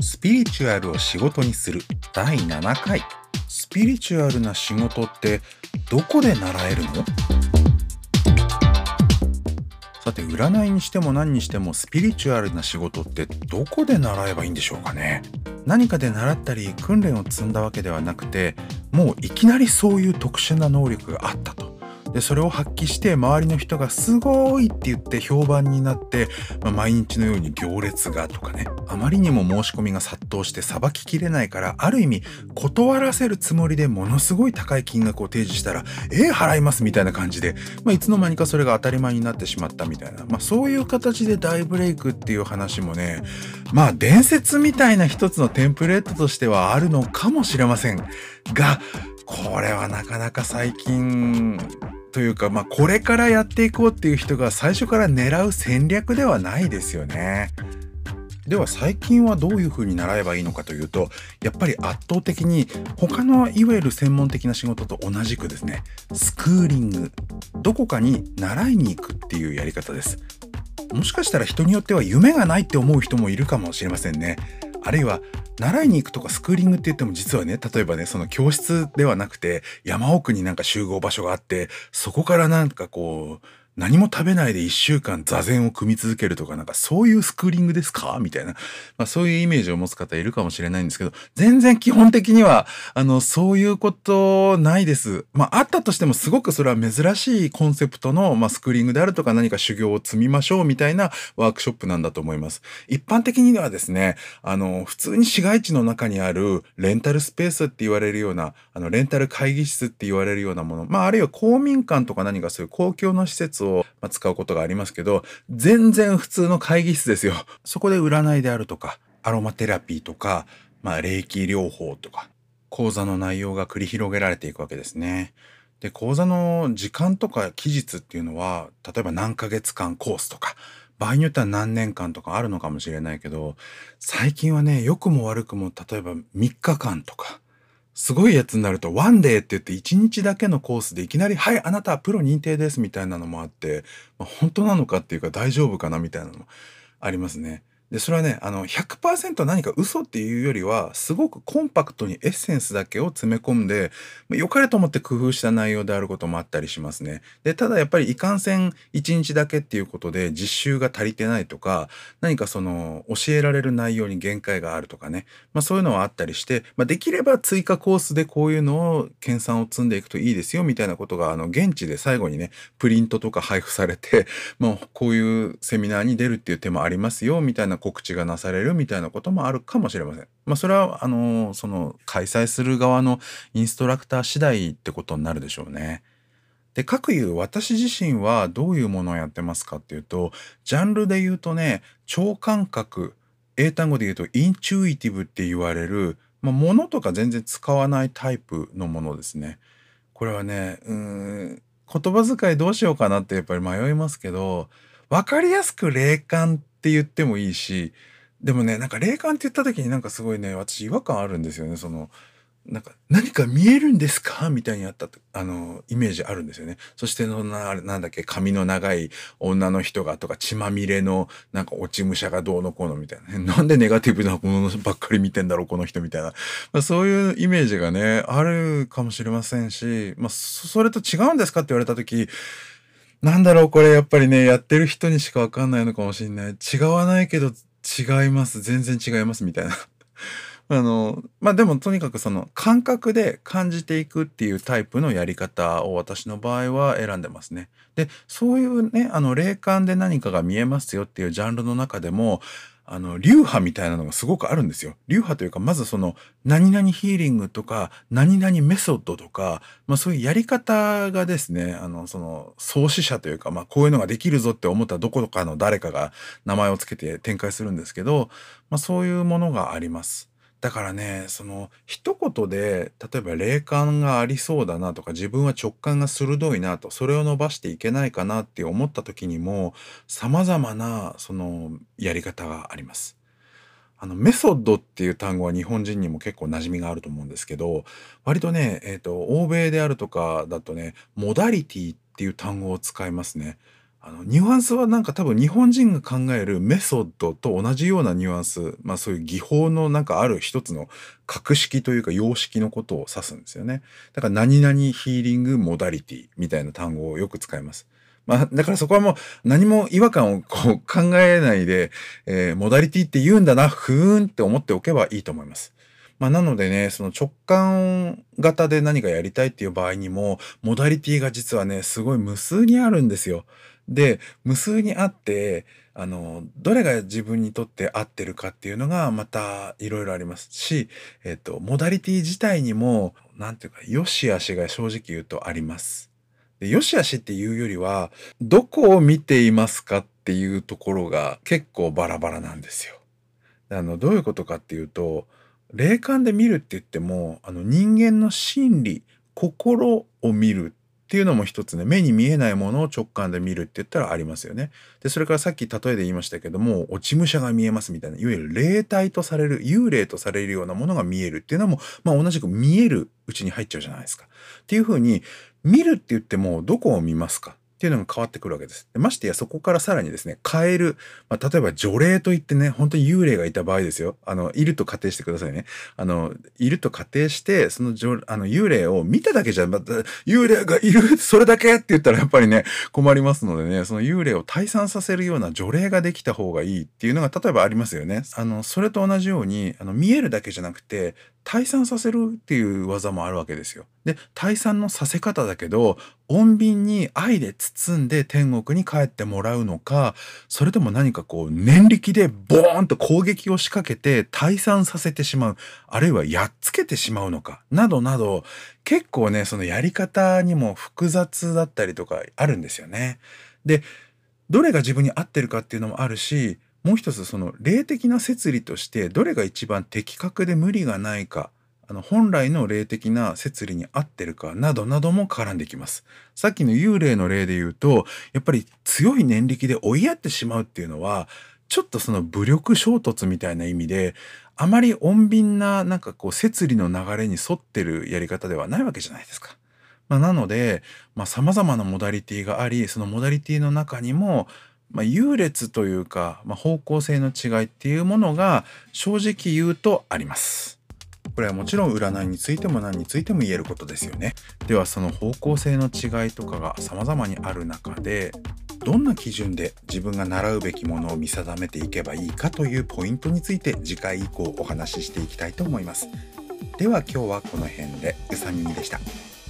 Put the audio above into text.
スピリチュアルを仕事にする第7回。スピリチュアルな仕事ってどこで習えるの？さて、占いにしても何にしてもスピリチュアルな仕事ってどこで習えばいいんでしょうかね。何かで習ったり訓練を積んだわけではなくて、もういきなりそういう特殊な能力があったと。でそれを発揮して周りの人がすごいって言って評判になって、毎日のように行列がとかね、あまりにも申し込みが殺到してさばききれないから、ある意味断らせるつもりでものすごい高い金額を提示したら払いますみたいな感じで、いつの間にかそれが当たり前になってしまったみたいな、そういう形で大ブレイクっていう話もね、伝説みたいな一つのテンプレートとしてはあるのかもしれませんが、これはなかなか最近というか、これからやっていこうっていう人が最初から狙う戦略ではないですよね。では最近はどういう風に習えばいいのかというと、やっぱり圧倒的に他のいわゆる専門的な仕事と同じくですね、スクーリング、どこかに習いに行くっていうやり方です。もしかしたら人によっては夢がないって思う人もいるかもしれませんね。あるいは習いに行くとかスクーリングって言っても、実はね、例えばね、その教室ではなくて山奥になんか集合場所があって、そこからなんかこう何も食べないで1週間座禅を組み続けるとか、なんかそういうスクーリングですかみたいな、そういうイメージを持つ方いるかもしれないんですけど、全然基本的にはそういうことないです。あったとしてもすごくそれは珍しいコンセプトの、スクーリングであるとか、何か修行を積みましょうみたいなワークショップなんだと思います。一般的にはですね、普通に市街地の中にあるレンタルスペースって言われるような、レンタル会議室って言われるようなもの、あるいは公民館とか何かそういう公共の施設を使うことがありますけど、全然普通の会議室ですよ。そこで占いであるとか、アロマテラピーとか、霊気療法とか、講座の内容が繰り広げられていくわけですね。で、講座の時間とか期日っていうのは、例えば何ヶ月間コースとか、場合によっては何年間とかあるのかもしれないけど、最近はね、良くも悪くも例えば3日間とか、すごいやつになるとワンデーって言って1日だけのコースでいきなり、はい、あなたはプロ認定ですみたいなのもあって、本当なのかっていうか大丈夫かなみたいなのもありますね。で、それはね、100% 何か嘘っていうよりは、すごくコンパクトにエッセンスだけを詰め込んで、良かれと思って工夫した内容であることもあったりしますね。で、ただやっぱりいかんせん1日だけっていうことで実習が足りてないとか、何かその教えられる内容に限界があるとかね、そういうのはあったりして、できれば追加コースでこういうのを研鑽を積んでいくといいですよみたいなことが、現地で最後にね、プリントとか配布されて、こういうセミナーに出るっていう手もありますよみたいな告知がなされるみたいなこともあるかもしれません。それはその開催する側のインストラクター次第ってことになるでしょうね。で、かくいう私自身はどういうものをやってますかっていうと、ジャンルで言うとね、超感覚、英単語で言うとインチュイティブって言われる、ものとか全然使わないタイプのものですね。これはね、言葉遣いどうしようかなってやっぱり迷いますけど、分かりやすく霊感って言ってもいいし、でもね、なんか霊感って言った時になんかすごいね、私違和感あるんですよね。なんか「何か見えるんですか？」みたいにあったとイメージあるんですよね。そしてなんだっけ、髪の長い女の人がとか、血まみれのなんか落ち武者がどうのこうのみたいな、なんでネガティブなものばっかり見てんだろうこの人みたいな、そういうイメージがね、あるかもしれませんし、それと違うんですかって言われた時、なんだろう、これやっぱりね、やってる人にしかわかんないのかもしんない。違わないけど違います。全然違いますみたいな。でもとにかくその感覚で感じていくっていうタイプのやり方を私の場合は選んでますね。で、そういうね、霊感で何かが見えますよっていうジャンルの中でも、流派みたいなのがすごくあるんですよ。流派というか、まずその、何々ヒーリングとか、何々メソッドとか、そういうやり方がですね、その、創始者というか、こういうのができるぞって思ったどこかの誰かが名前をつけて展開するんですけど、そういうものがあります。だからね、その一言で、例えば霊感がありそうだなとか、自分は直感が鋭いなと、それを伸ばしていけないかなって思った時にも、様々なそのやり方があります。メソッドっていう単語は日本人にも結構馴染みがあると思うんですけど、割とね、欧米であるとかだとね、モダリティっていう単語を使いますね。 ニュアンスはなんか多分日本人が考えるメソッドと同じようなニュアンス、そういう技法のなんかある一つの格式というか様式のことを指すんですよね。だから何々ヒーリングモダリティみたいな単語をよく使います。だからそこはもう何も違和感を考えないで、モダリティって言うんだな、ふーんって思っておけばいいと思います。なのでね、その直感型で何かやりたいっていう場合にも、モダリティが実はね、すごい無数にあるんですよ。で、無数にあって、どれが自分にとって合ってるかっていうのがまたいろいろありますし、モダリティ自体にも、なんていうか、良し悪しが正直言うとあります。で、良し悪しっていうよりは、どこを見ていますかっていうところが結構バラバラなんですよ。どういうことかっていうと、霊感で見るって言っても、人間の心理、心を見るっていうのも一つね、目に見えないものを直感で見るって言ったらありますよね。で、それからさっき例えで言いましたけども、落ち武者が見えますみたいな、いわゆる霊体とされる、幽霊とされるようなものが見えるっていうのも、同じく見えるうちに入っちゃうじゃないですか。っていう風に、見るって言っても、どこを見ますかっていうのが変わってくるわけです。でましてやそこからさらにですね、変える、例えば除霊といってね、本当に幽霊がいた場合ですよ。いると仮定してくださいね。いると仮定して、その幽霊を見ただけじゃ、幽霊がいる、それだけって言ったらやっぱりね、困りますのでね、その幽霊を退散させるような除霊ができた方がいいっていうのが例えばありますよね。それと同じように、見えるだけじゃなくて、退散させるっていう技もあるわけですよ。で、退散のさせ方だけど、穏便に愛で包んで天国に帰ってもらうのか、それとも何か念力でボーンと攻撃を仕掛けて退散させてしまう、あるいはやっつけてしまうのか、などなど、結構ね、そのやり方にも複雑だったりとかあるんですよね。で、どれが自分に合ってるかっていうのもあるし、もう一つその霊的な摂理としてどれが一番的確で無理がないか、本来の霊的な摂理に合ってるかなどなども絡んできます。さっきの幽霊の例で言うと、やっぱり強い念力で追いやってしまうっていうのは、ちょっとその武力衝突みたいな意味で、あまり穏便ななんか摂理の流れに沿ってるやり方ではないわけじゃないですか。なので、様々なモダリティがあり、そのモダリティの中にも、優劣というか、方向性の違いっていうものが正直言うとあります。これはもちろん占いについても何についても言えることですよね。ではその方向性の違いとかが様々にある中で、どんな基準で自分が習うべきものを見定めていけばいいかというポイントについて次回以降お話ししていきたいと思います。では今日はこの辺でうさみみでした。